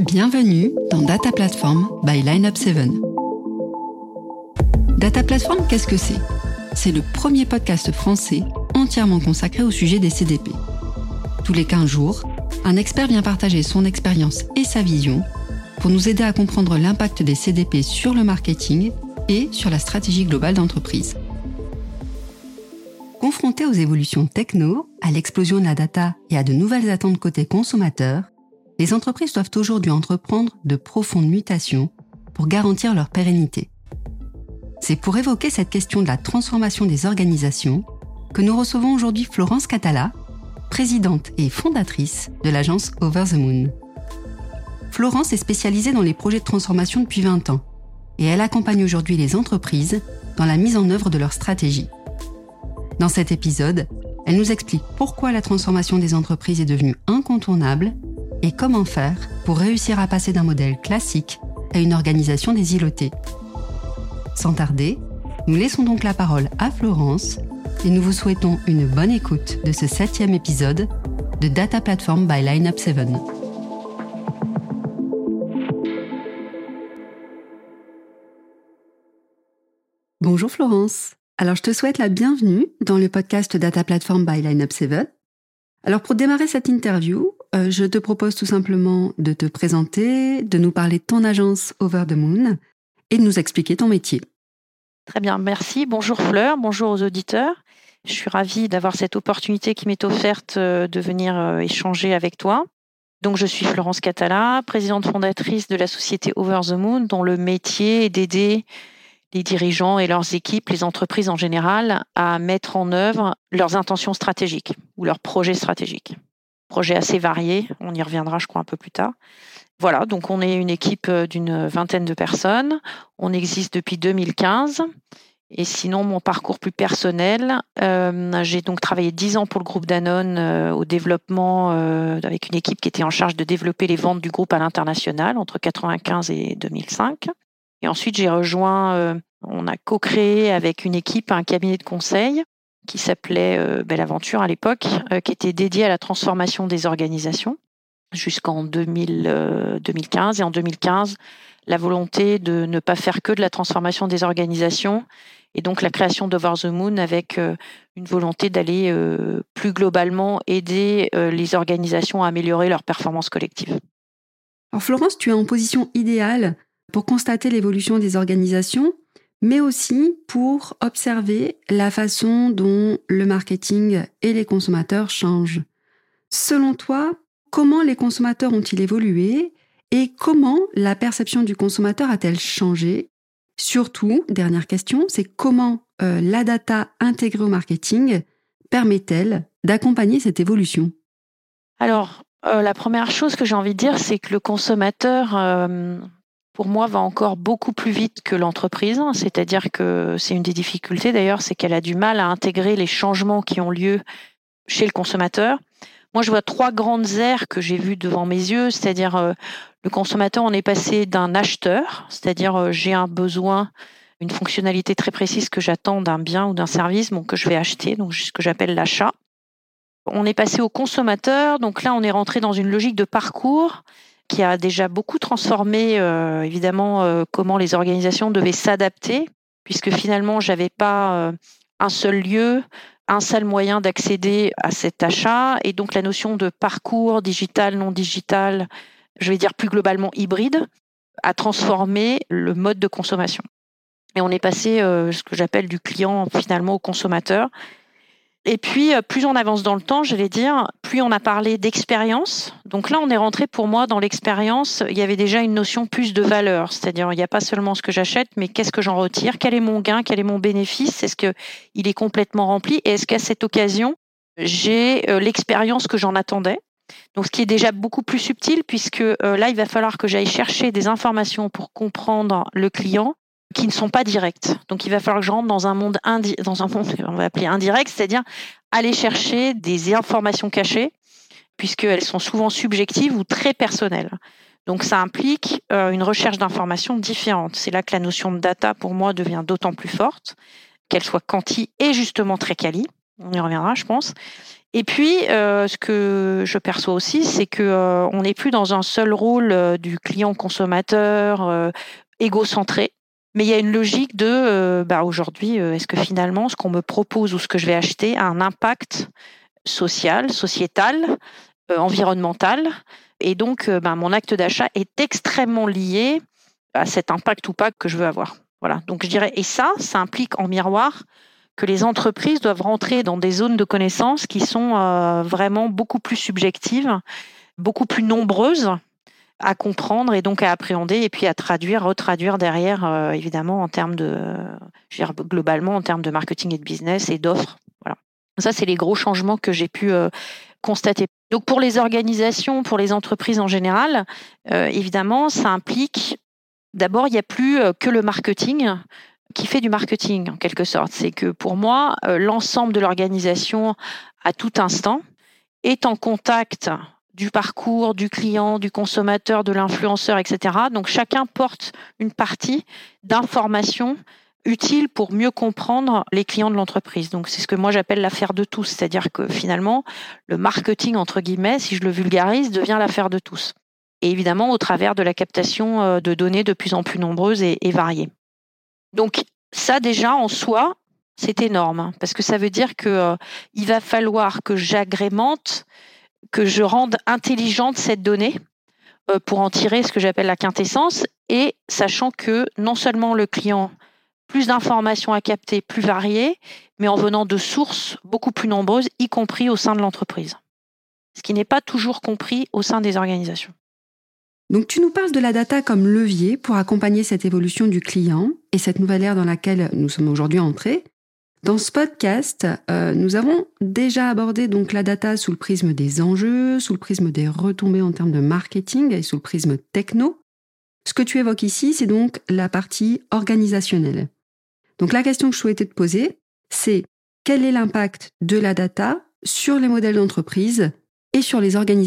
Bienvenue dans Data Platform by Lineup7. Data Platform, qu'est-ce que c'est ? C'est le premier podcast français entièrement consacré au sujet des CDP. Tous les 15 jours, un expert vient partager son expérience et sa vision pour nous aider à comprendre l'impact des CDP sur le marketing et sur la stratégie globale d'entreprise. Confrontés aux évolutions techno, à l'explosion de la data et à de nouvelles attentes côté consommateur, les entreprises doivent aujourd'hui entreprendre de profondes mutations pour garantir leur pérennité. C'est pour évoquer cette question de la transformation des organisations que nous recevons aujourd'hui Florence Catala, présidente et fondatrice de l'agence Over the Moon. Florence est spécialisée dans les projets de transformation depuis 20 ans et elle accompagne aujourd'hui les entreprises dans la mise en œuvre de leur stratégie. Dans cet épisode, elle nous explique pourquoi la transformation des entreprises est devenue incontournable et comment faire pour réussir à passer d'un modèle classique à une organisation désîlotée. Sans tarder, nous laissons donc la parole à Florence et nous vous souhaitons une bonne écoute de ce 7e épisode de Data Platform by Lineup7. Bonjour Florence. Alors je te souhaite la bienvenue dans le podcast Data Platform by Lineup7. Alors pour démarrer cette interview, je te propose tout simplement de te présenter, de nous parler de ton agence Over the Moon et de nous expliquer ton métier. Très bien, merci. Bonjour Fleur, bonjour aux auditeurs. Je suis ravie d'avoir cette opportunité qui m'est offerte de venir échanger avec toi. Donc je suis Florence Catala, présidente fondatrice de la société Over the Moon, dont le métier est d'aider les dirigeants et leurs équipes, les entreprises en général, à mettre en œuvre leurs intentions stratégiques ou leurs projets stratégiques. Projets assez variés, on y reviendra je crois un peu plus tard. Voilà, donc on est une équipe d'une 20aine de personnes, on existe depuis 2015 et sinon mon parcours plus personnel, j'ai donc travaillé 10 ans pour le groupe Danone au développement avec une équipe qui était en charge de développer les ventes du groupe à l'international entre 1995 et 2005. Et ensuite j'ai rejoint, on a co-créé avec une équipe un cabinet de conseil qui s'appelait Belle Aventure à l'époque, qui était dédié à la transformation des organisations jusqu'en 2015. Et en 2015, la volonté de ne pas faire que de la transformation des organisations et donc la création d'Over the Moon avec une volonté d'aller plus globalement aider les organisations à améliorer leur performance collective. Alors Florence, tu es en position idéale pour constater l'évolution des organisations, mais aussi pour observer la façon dont le marketing et les consommateurs changent. Selon toi, comment les consommateurs ont-ils évolué et comment la perception du consommateur a-t-elle changé ? Surtout, dernière question, c'est comment la data intégrée au marketing permet-elle d'accompagner cette évolution ? Alors, la première chose que j'ai envie de dire, c'est que le consommateur, pour moi, va encore beaucoup plus vite que l'entreprise. C'est-à-dire que c'est une des difficultés d'ailleurs, c'est qu'elle a du mal à intégrer les changements qui ont lieu chez le consommateur. Moi, je vois 3 grandes aires que j'ai vues devant mes yeux, c'est-à-dire le consommateur, on est passé d'un acheteur, c'est-à-dire j'ai un besoin, une fonctionnalité très précise que j'attends d'un bien ou d'un service, donc que je vais acheter, donc ce que j'appelle l'achat. On est passé au consommateur, donc là, on est rentré dans une logique de parcours qui a déjà beaucoup transformé, évidemment, comment les organisations devaient s'adapter, puisque finalement, j'avais pas un seul lieu, un seul moyen d'accéder à cet achat, et donc la notion de parcours digital, non digital, je vais dire plus globalement hybride, a transformé le mode de consommation. Et on est passé, ce que j'appelle du client finalement au consommateur. Et puis, plus on avance dans le temps, j'allais dire, plus on a parlé d'expérience. Donc là, on est rentré pour moi dans l'expérience. Il y avait déjà une notion plus de valeur. C'est-à-dire, il n'y a pas seulement ce que j'achète, mais qu'est-ce que j'en retire ? Quel est mon gain ? Quel est mon bénéfice ? Est-ce qu'il est complètement rempli ? Et est-ce qu'à cette occasion, j'ai l'expérience que j'en attendais ? Donc, ce qui est déjà beaucoup plus subtil, puisque là, il va falloir que j'aille chercher des informations pour comprendre le client qui ne sont pas directes. Donc, il va falloir que je rentre dans un monde, on va appeler indirect, c'est-à-dire aller chercher des informations cachées, puisqu'elles sont souvent subjectives ou très personnelles. Donc, ça implique une recherche d'informations différentes. C'est là que la notion de data, pour moi, devient d'autant plus forte, qu'elle soit quanti et justement très quali. On y reviendra, je pense. Et puis, ce que je perçois aussi, c'est que on n'est plus dans un seul rôle du client consommateur égocentré, mais il y a une logique de aujourd'hui, est-ce que finalement ce qu'on me propose ou ce que je vais acheter a un impact social, sociétal, environnemental, et donc mon acte d'achat est extrêmement lié à cet impact ou pas que je veux avoir. Voilà. Donc je dirais, et ça implique en miroir que les entreprises doivent rentrer dans des zones de connaissances qui sont vraiment beaucoup plus subjectives, beaucoup plus nombreuses à comprendre et donc à appréhender et puis à retraduire derrière, évidemment, en termes globalement en termes de marketing et de business et d'offres. Voilà. Ça, c'est les gros changements que j'ai pu constater. Donc pour les organisations, pour les entreprises en général, évidemment, ça implique d'abord, il n'y a plus que le marketing qui fait du marketing en quelque sorte. C'est que pour moi, l'ensemble de l'organisation à tout instant est en contact du parcours, du client, du consommateur, de l'influenceur, etc. Donc chacun porte une partie d'informations utiles pour mieux comprendre les clients de l'entreprise. Donc c'est ce que moi j'appelle l'affaire de tous, c'est-à-dire que finalement, le marketing, entre guillemets, si je le vulgarise, devient l'affaire de tous. Et évidemment au travers de la captation de données de plus en plus nombreuses et variées. Donc ça déjà en soi, c'est énorme parce que ça veut dire que il va falloir que j'agrémente, que je rende intelligente cette donnée pour en tirer ce que j'appelle la quintessence, et sachant que non seulement le client plus d'informations à capter, plus variées, mais en venant de sources beaucoup plus nombreuses, y compris au sein de l'entreprise. Ce qui n'est pas toujours compris au sein des organisations. Donc tu nous parles de la data comme levier pour accompagner cette évolution du client et cette nouvelle ère dans laquelle nous sommes aujourd'hui entrés. Dans ce podcast, nous avons déjà abordé donc la data sous le prisme des enjeux, sous le prisme des retombées en termes de marketing et sous le prisme techno. Ce que tu évoques ici, c'est donc la partie organisationnelle. Donc la question que je souhaitais te poser, c'est quel est l'impact de la data sur les modèles d'entreprise et sur les organisations ?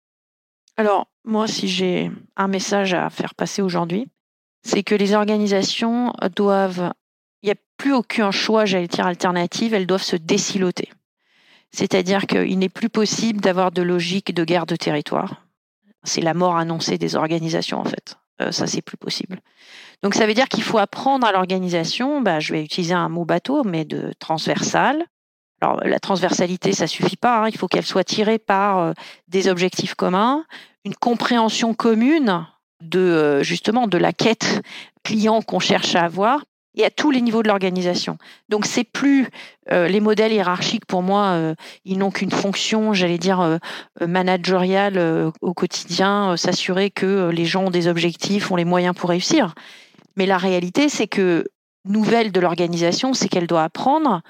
Alors, moi, si j'ai un message à faire passer aujourd'hui, c'est que les organisations doivent, il n'y a plus aucun choix, j'allais dire, alternative, elles doivent se désiloter. C'est-à-dire qu'il n'est plus possible d'avoir de logique de guerre de territoire. C'est la mort annoncée des organisations, en fait. Ça, c'est plus possible. Donc, ça veut dire qu'il faut apprendre à l'organisation, je vais utiliser un mot bateau, mais de transversal. Alors, la transversalité, ça suffit pas. Il faut qu'elle soit tirée par des objectifs communs, une compréhension commune de justement de la quête client qu'on cherche à avoir, et à tous les niveaux de l'organisation. Donc, c'est plus les modèles hiérarchiques. Pour moi, ils n'ont qu'une fonction, j'allais dire managériale au quotidien, s'assurer que les gens ont des objectifs, ont les moyens pour réussir. Mais la réalité, c'est que nouvelle de l'organisation, c'est qu'elle doit apprendre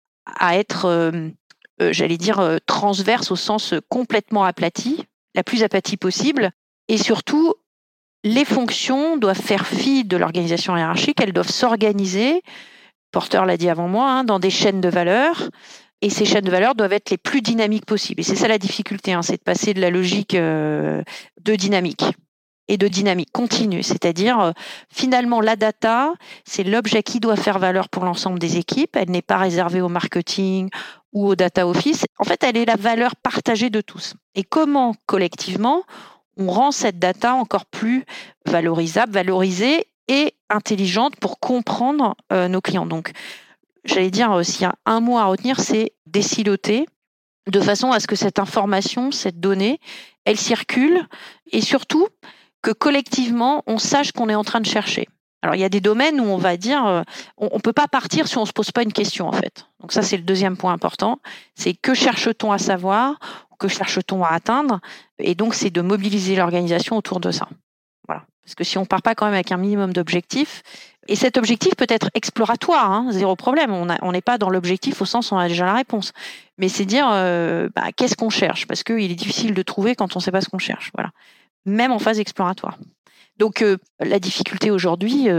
à être, j'allais dire, transverse au sens complètement aplati, la plus aplatie possible. Et surtout, les fonctions doivent faire fi de l'organisation hiérarchique, elles doivent s'organiser, Porter l'a dit avant moi, dans des chaînes de valeur. Et ces chaînes de valeur doivent être les plus dynamiques possibles. Et c'est ça la difficulté, c'est de passer de la logique de dynamique et de dynamique continue. C'est-à-dire, finalement, la data, c'est l'objet qui doit faire valeur pour l'ensemble des équipes. Elle n'est pas réservée au marketing ou au data office. En fait, elle est la valeur partagée de tous. Et comment, collectivement, on rend cette data encore plus valorisable, valorisée et intelligente pour comprendre nos clients. Donc, j'allais dire, s'il y a un mot à retenir, c'est désiloter, de façon à ce que cette information, cette donnée, elle circule, et surtout que collectivement, on sache qu'on est en train de chercher. Alors, il y a des domaines où on va dire, on ne peut pas partir si on ne se pose pas une question, en fait. Donc ça, c'est le deuxième point important. C'est que cherche-t-on à savoir, que cherche-t-on à atteindre? Et donc, c'est de mobiliser l'organisation autour de ça. Voilà. Parce que si on ne part pas quand même avec un minimum d'objectifs, et cet objectif peut être exploratoire, zéro problème. On n'est pas dans l'objectif au sens où on a déjà la réponse. Mais c'est dire, qu'est-ce qu'on cherche? Parce qu'il est difficile de trouver quand on ne sait pas ce qu'on cherche. Voilà. Même en phase exploratoire. Donc, la difficulté aujourd'hui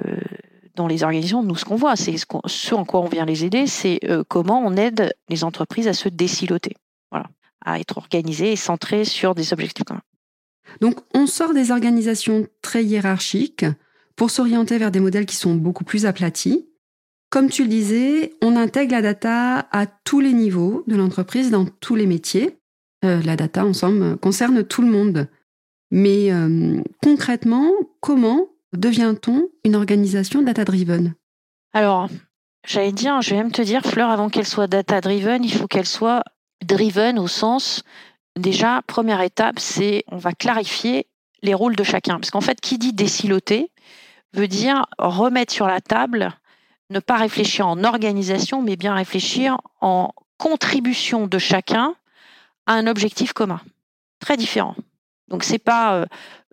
dans les organisations, nous, ce qu'on voit, c'est ce en quoi on vient les aider, c'est comment on aide les entreprises à se désiloter, voilà, à être organisées et centrées sur des objectifs communs. Donc, on sort des organisations très hiérarchiques pour s'orienter vers des modèles qui sont beaucoup plus aplatis. Comme tu le disais, on intègre la data à tous les niveaux de l'entreprise, dans tous les métiers. La data, en somme, concerne tout le monde. Mais concrètement, comment devient-on une organisation data-driven ? Alors, je vais même te dire, Fleur, avant qu'elle soit data-driven, il faut qu'elle soit driven au sens, déjà, première étape, c'est on va clarifier les rôles de chacun. Parce qu'en fait, qui dit désiloter veut dire remettre sur la table, ne pas réfléchir en organisation, mais bien réfléchir en contribution de chacun à un objectif commun. Très différent. Donc, c'est pas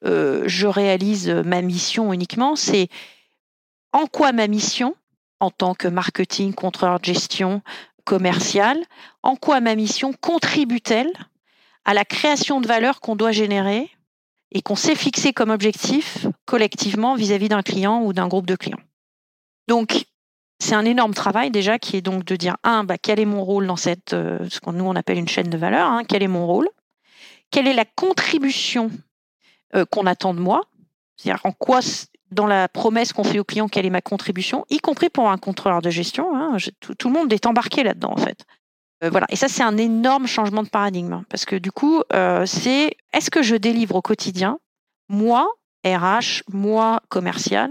je réalise ma mission uniquement, c'est en quoi ma mission, en tant que marketing, contrôleur de gestion, commercial, en quoi ma mission contribue-t-elle à la création de valeur qu'on doit générer et qu'on s'est fixé comme objectif collectivement vis-à-vis d'un client ou d'un groupe de clients. Donc, c'est un énorme travail déjà qui est donc de dire, quel est mon rôle dans cette, ce qu'on nous on appelle une chaîne de valeur, quel est mon rôle, quelle est la contribution qu'on attend de moi, c'est-à-dire en quoi, dans la promesse qu'on fait au client, quelle est ma contribution, y compris pour un contrôleur de gestion, tout le monde est embarqué là-dedans en fait. Voilà. Et ça, c'est un énorme changement de paradigme. Parce que du coup, c'est est-ce que je délivre au quotidien, moi, RH, moi, commercial,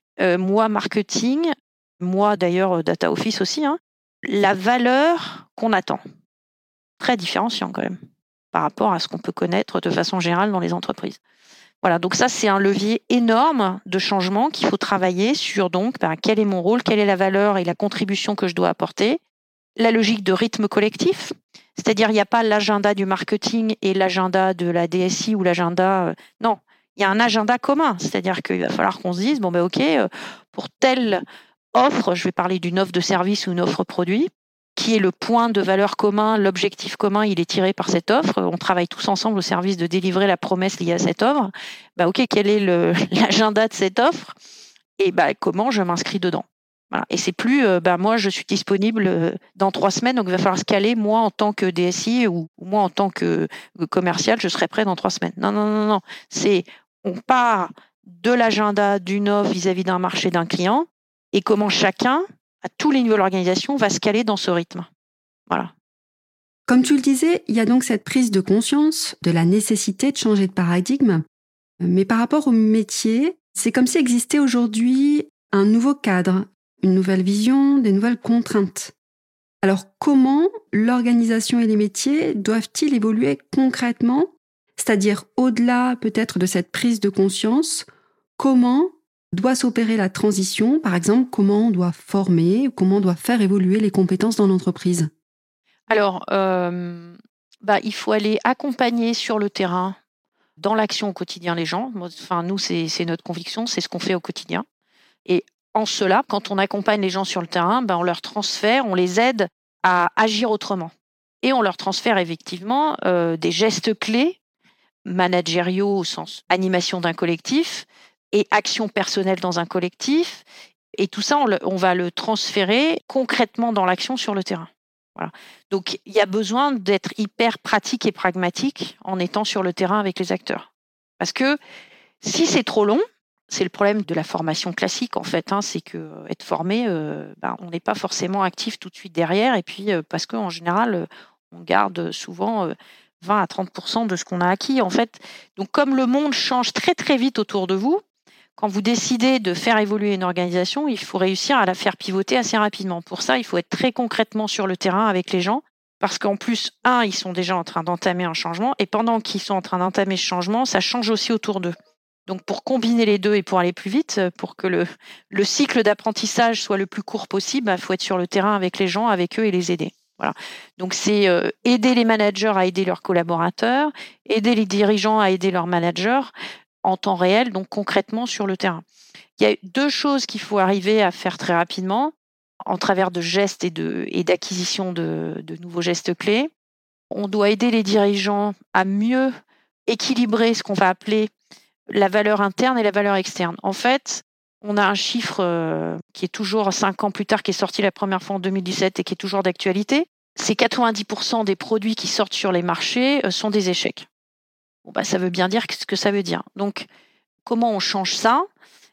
moi, marketing, moi, d'ailleurs, data office aussi, la valeur qu'on attend. Très différenciant quand même par rapport à ce qu'on peut connaître de façon générale dans les entreprises. Voilà, donc ça, c'est un levier énorme de changement qu'il faut travailler sur, donc, quel est mon rôle, quelle est la valeur et la contribution que je dois apporter. La logique de rythme collectif, c'est-à-dire il n'y a pas l'agenda du marketing et l'agenda de la DSI ou l'agenda... non, il y a un agenda commun, c'est-à-dire qu'il va falloir qu'on se dise, ok, pour telle offre, je vais parler d'une offre de service ou une offre produit, qui est le point de valeur commun, l'objectif commun, il est tiré par cette offre, on travaille tous ensemble au service de délivrer la promesse liée à cette offre, quel est l'agenda de cette offre et comment je m'inscris dedans. Voilà. Et c'est plus, moi, je suis disponible dans 3 semaines, donc il va falloir se caler, moi, en tant que DSI ou moi, en tant que commercial, je serai prêt dans 3 semaines. Non. C'est, on part de l'agenda d'une offre vis-à-vis d'un marché, d'un client, et comment chacun, à tous les niveaux de l'organisation, va se caler dans ce rythme. Voilà. Comme tu le disais, il y a donc cette prise de conscience de la nécessité de changer de paradigme. Mais par rapport au métier, c'est comme si existait aujourd'hui un nouveau cadre, une nouvelle vision, des nouvelles contraintes. Alors comment l'organisation et les métiers doivent-ils évoluer concrètement, c'est-à-dire au-delà peut-être de cette prise de conscience, comment doit s'opérer la transition, par exemple comment on doit former, comment on doit faire évoluer les compétences dans l'entreprise ? Alors, il faut aller accompagner sur le terrain, dans l'action au quotidien les gens. Nous, c'est notre conviction, c'est ce qu'on fait au quotidien. Et en cela, quand on accompagne les gens sur le terrain, on leur transfère, on les aide à agir autrement. Et on leur transfère effectivement des gestes clés, managériaux au sens animation d'un collectif et action personnelle dans un collectif. Et tout ça, on va le transférer concrètement dans l'action sur le terrain. Voilà. Donc, il y a besoin d'être hyper pratique et pragmatique en étant sur le terrain avec les acteurs. Parce que si c'est trop long, c'est le problème de la formation classique, en fait. C'est que être formé, on n'est pas forcément actif tout de suite derrière. Et puis, parce qu'en général, on garde souvent 20 à 30% de ce qu'on a acquis, en fait. Donc, comme le monde change très, très vite autour de vous, quand vous décidez de faire évoluer une organisation, il faut réussir à la faire pivoter assez rapidement. Pour ça, il faut être très concrètement sur le terrain avec les gens. Parce qu'en plus, ils sont déjà en train d'entamer un changement. Et pendant qu'ils sont en train d'entamer ce changement, ça change aussi autour d'eux. Donc, pour combiner les deux et pour aller plus vite, pour que le cycle d'apprentissage soit le plus court possible, il faut être sur le terrain avec les gens, avec eux et les aider. Voilà. Donc, c'est aider les managers à aider leurs collaborateurs, aider les dirigeants à aider leurs managers en temps réel, donc concrètement sur le terrain. Il y a 2 choses qu'il faut arriver à faire très rapidement, en travers de gestes et d'acquisition de nouveaux gestes clés. On doit aider les dirigeants à mieux équilibrer ce qu'on va appeler la valeur interne et la valeur externe. En fait, on a un chiffre qui est toujours 5 ans plus tard, qui est sorti la première fois en 2017 et qui est toujours d'actualité. C'est 90% des produits qui sortent sur les marchés sont des échecs. Ça veut bien dire ce que ça veut dire. Donc, comment on change ça ?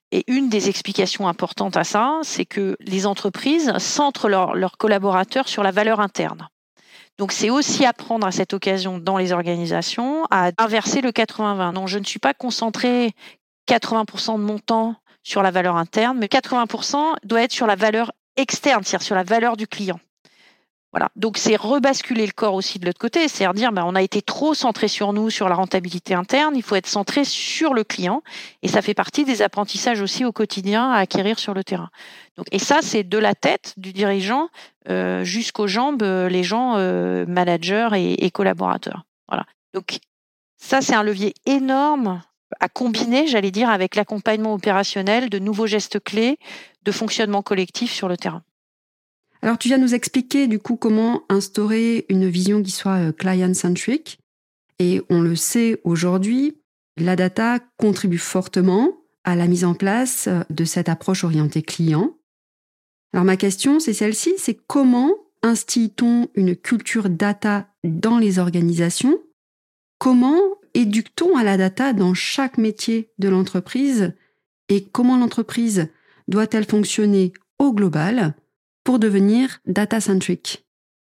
Et une des explications importantes à ça, c'est que les entreprises centrent leurs collaborateurs sur la valeur interne. Donc, c'est aussi apprendre à cette occasion dans les organisations à inverser le 80-20. Non, je ne suis pas concentré 80% de mon temps sur la valeur interne, mais 80% doit être sur la valeur externe, c'est-à-dire sur la valeur du client. Voilà. Donc, c'est rebasculer le corps aussi de l'autre côté, c'est-à-dire dire, on a été trop centré sur nous, sur la rentabilité interne, il faut être centré sur le client. Et ça fait partie des apprentissages aussi au quotidien à acquérir sur le terrain. Donc, et ça, c'est de la tête du dirigeant jusqu'aux jambes, les gens managers et collaborateurs. Voilà. Donc, ça, c'est un levier énorme à combiner, j'allais dire, avec l'accompagnement opérationnel de nouveaux gestes clés de fonctionnement collectif sur le terrain. Alors, tu viens nous expliquer du coup comment instaurer une vision qui soit client-centric. Et on le sait aujourd'hui, la data contribue fortement à la mise en place de cette approche orientée client. Alors, ma question, c'est celle-ci, c'est comment instille-t-on une culture data dans les organisations ? Comment éduque-t-on à la data dans chaque métier de l'entreprise ? Et comment l'entreprise doit-elle fonctionner au global pour devenir data-centric ?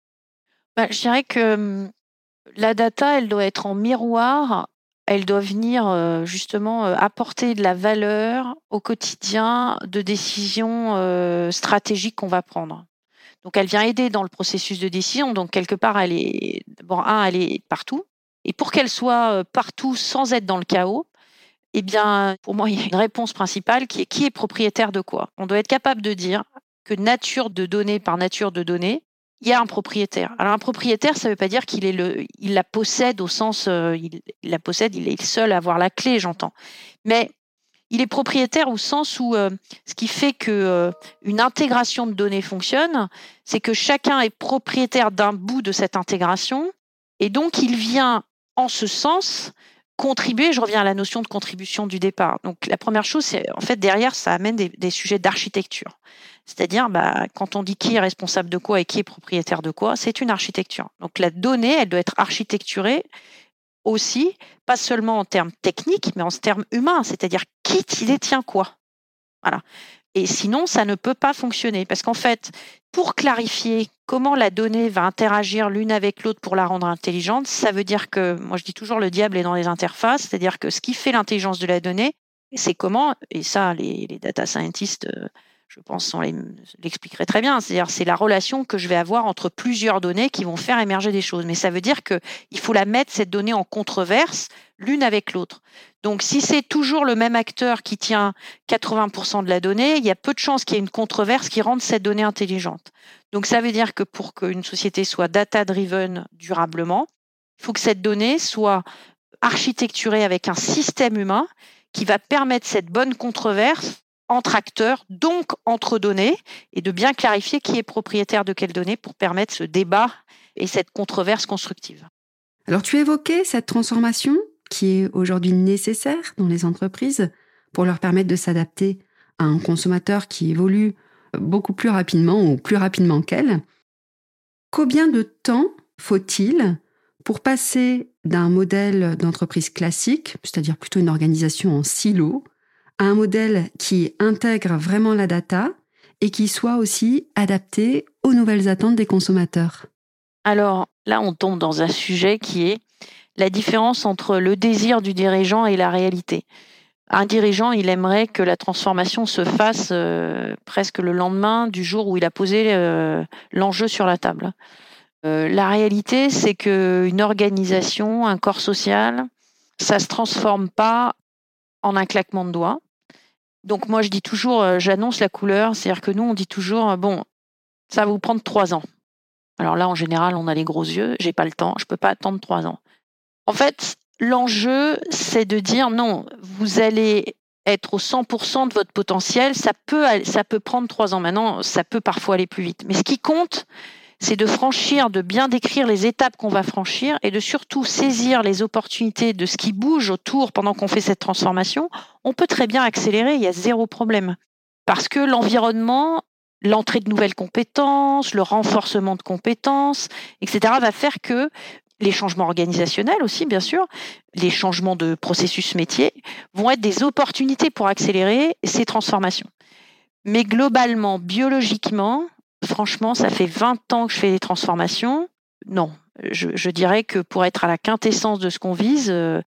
Je dirais que la data, elle doit être en miroir, elle doit venir justement apporter de la valeur au quotidien de décisions stratégiques qu'on va prendre. Donc, elle vient aider dans le processus de décision. Donc, quelque part, elle est partout. Et pour qu'elle soit partout sans être dans le chaos, eh bien, pour moi, il y a une réponse principale qui est propriétaire de quoi ? On doit être capable de dire que nature de données par nature de données, il y a un propriétaire. Alors, un propriétaire, ça ne veut pas dire il la possède au sens, il la possède, il est le seul à avoir la clé, j'entends. Mais il est propriétaire au sens où ce qui fait que une intégration de données fonctionne, c'est que chacun est propriétaire d'un bout de cette intégration, et donc il vient en ce sens contribuer. Je reviens à la notion de contribution du départ. Donc la première chose, c'est en fait derrière, ça amène des sujets d'architecture. C'est-à-dire, quand on dit qui est responsable de quoi et qui est propriétaire de quoi, c'est une architecture. Donc la donnée, elle doit être architecturée aussi, pas seulement en termes techniques, mais en termes humains, c'est-à-dire qui détient quoi. Voilà. Et sinon, ça ne peut pas fonctionner. Parce qu'en fait, pour clarifier comment la donnée va interagir l'une avec l'autre pour la rendre intelligente, ça veut dire que, moi je dis toujours, le diable est dans les interfaces, c'est-à-dire que ce qui fait l'intelligence de la donnée, c'est comment, et ça, les data scientists, je pense, l'expliqueraient très bien, c'est-à-dire c'est la relation que je vais avoir entre plusieurs données qui vont faire émerger des choses. Mais ça veut dire qu'il faut la mettre, cette donnée, en controverse l'une avec l'autre. Donc, si c'est toujours le même acteur qui tient 80% de la donnée, il y a peu de chances qu'il y ait une controverse qui rende cette donnée intelligente. Donc, ça veut dire que pour qu'une société soit data-driven durablement, il faut que cette donnée soit architecturée avec un système humain qui va permettre cette bonne controverse entre acteurs, donc entre données, et de bien clarifier qui est propriétaire de quelles données pour permettre ce débat et cette controverse constructive. Alors, tu évoquais cette transformation qui est aujourd'hui nécessaire dans les entreprises pour leur permettre de s'adapter à un consommateur qui évolue beaucoup plus rapidement ou plus rapidement qu'elle. Combien de temps faut-il pour passer d'un modèle d'entreprise classique, c'est-à-dire plutôt une organisation en silo, à un modèle qui intègre vraiment la data et qui soit aussi adapté aux nouvelles attentes des consommateurs ? Alors là, on tombe dans un sujet qui est la différence entre le désir du dirigeant et la réalité. Un dirigeant, il aimerait que la transformation se fasse presque le lendemain du jour où il a posé l'enjeu sur la table. La réalité, c'est qu'une organisation, un corps social, ça ne se transforme pas en un claquement de doigts. Donc moi, je dis toujours, j'annonce la couleur, c'est-à-dire que nous, on dit toujours, ça va vous prendre 3 ans. Alors là, en général, on a les gros yeux, j'ai pas le temps, je peux pas attendre 3 ans. En fait, l'enjeu, c'est de dire non, vous allez être au 100% de votre potentiel, ça peut prendre 3 ans. Maintenant, ça peut parfois aller plus vite. Mais ce qui compte, c'est de bien décrire les étapes qu'on va franchir et de surtout saisir les opportunités de ce qui bouge autour pendant qu'on fait cette transformation. On peut très bien accélérer, il y a 0 problème. Parce que l'environnement, l'entrée de nouvelles compétences, le renforcement de compétences, etc., va faire que les changements organisationnels aussi, bien sûr, les changements de processus métier vont être des opportunités pour accélérer ces transformations. Mais globalement, biologiquement, franchement, ça fait 20 ans que je fais des transformations. Non, je dirais que pour être à la quintessence de ce qu'on vise,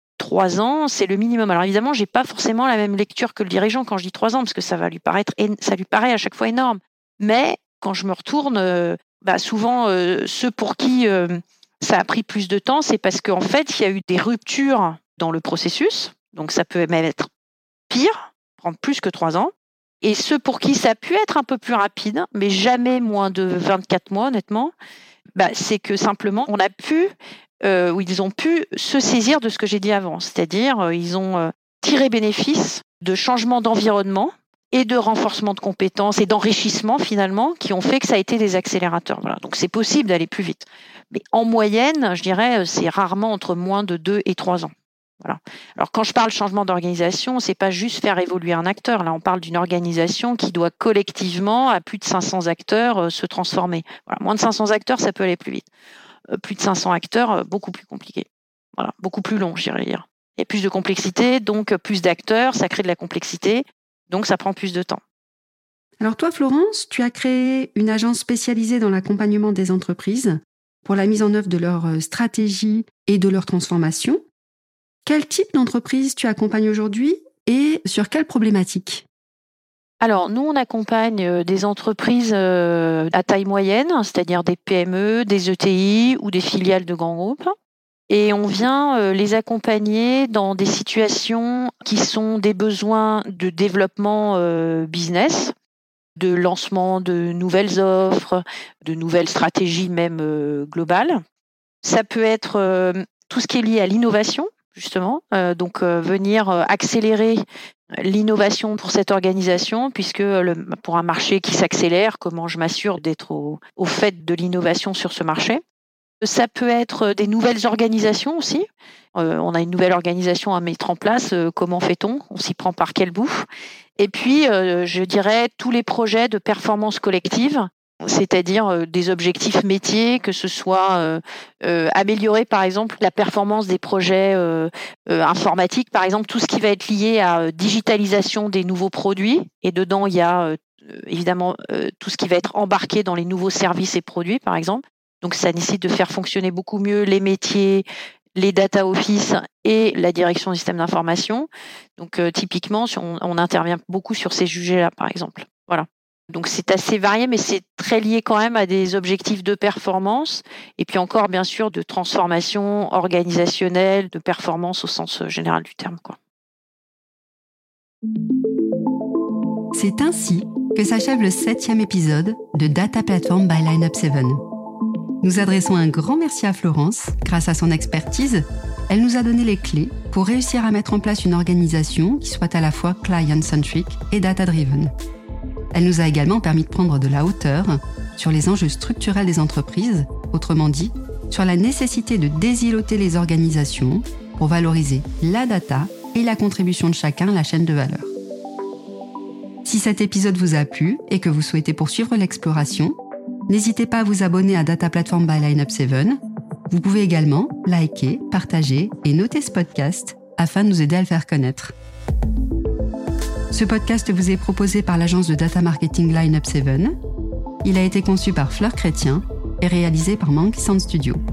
3 ans, c'est le minimum. Alors évidemment, j'ai pas forcément la même lecture que le dirigeant quand je dis 3 ans, parce que ça lui paraît à chaque fois énorme. Mais quand je me retourne, souvent, ceux pour qui ça a pris plus de temps, c'est parce qu'en fait, il y a eu des ruptures dans le processus. Donc ça peut même être pire, prendre plus que 3 ans. Et ceux pour qui ça a pu être un peu plus rapide, mais jamais moins de 24 mois, honnêtement, c'est que simplement, on a pu, ou ils ont pu se saisir de ce que j'ai dit avant. C'est-à-dire, ils ont tiré bénéfice de changements d'environnement et de renforcement de compétences et d'enrichissement, finalement, qui ont fait que ça a été des accélérateurs. Voilà. Donc, c'est possible d'aller plus vite. Mais en moyenne, je dirais, c'est rarement entre moins de 2 et 3 ans. Voilà. Alors, quand je parle changement d'organisation, c'est pas juste faire évoluer un acteur. Là, on parle d'une organisation qui doit collectivement, à plus de 500 acteurs, se transformer. Voilà. Moins de 500 acteurs, ça peut aller plus vite. Plus de 500 acteurs, beaucoup plus compliqué. Voilà. Beaucoup plus long, je dirais dire. Il y a plus de complexité, donc plus d'acteurs, ça crée de la complexité, donc ça prend plus de temps. Alors toi, Florence, tu as créé une agence spécialisée dans l'accompagnement des entreprises pour la mise en œuvre de leur stratégie et de leur transformation. Quel type d'entreprise tu accompagnes aujourd'hui et sur quelles problématiques ? Alors, nous, on accompagne des entreprises à taille moyenne, c'est-à-dire des PME, des ETI ou des filiales de grands groupes. Et on vient les accompagner dans des situations qui sont des besoins de développement business, de lancement de nouvelles offres, de nouvelles stratégies même globales. Ça peut être tout ce qui est lié à l'innovation, justement, donc venir accélérer l'innovation pour cette organisation, puisque pour un marché qui s'accélère, comment je m'assure d'être au fait de l'innovation sur ce marché. Ça peut être des nouvelles organisations aussi. On a une nouvelle organisation à mettre en place. Comment fait-on ? On s'y prend par quel bout ? Et puis, je dirais, tous les projets de performance collective, c'est-à-dire des objectifs métiers, que ce soit améliorer, par exemple, la performance des projets informatiques, par exemple, tout ce qui va être lié à digitalisation des nouveaux produits. Et dedans, il y a évidemment tout ce qui va être embarqué dans les nouveaux services et produits, par exemple. Donc, ça nécessite de faire fonctionner beaucoup mieux les métiers, les data office et la direction du système d'information. Donc, typiquement, on intervient beaucoup sur ces sujets-là, par exemple. Voilà. Donc, c'est assez varié, mais c'est très lié quand même à des objectifs de performance et puis encore, bien sûr, de transformation organisationnelle, de performance au sens général du terme, quoi. C'est ainsi que s'achève le 7e épisode de Data Platform by Lineup 7. Nous adressons un grand merci à Florence. Grâce à son expertise, elle nous a donné les clés pour réussir à mettre en place une organisation qui soit à la fois client-centric et data-driven. Elle nous a également permis de prendre de la hauteur sur les enjeux structurels des entreprises, autrement dit, sur la nécessité de désiloter les organisations pour valoriser la data et la contribution de chacun à la chaîne de valeur. Si cet épisode vous a plu et que vous souhaitez poursuivre l'exploration, n'hésitez pas à vous abonner à Data Platform by Lineup 7. Vous pouvez également liker, partager et noter ce podcast afin de nous aider à le faire connaître. Ce podcast vous est proposé par l'agence de data marketing Lineup 7. Il a été conçu par Fleur Chrétien et réalisé par Monkey Sound Studio.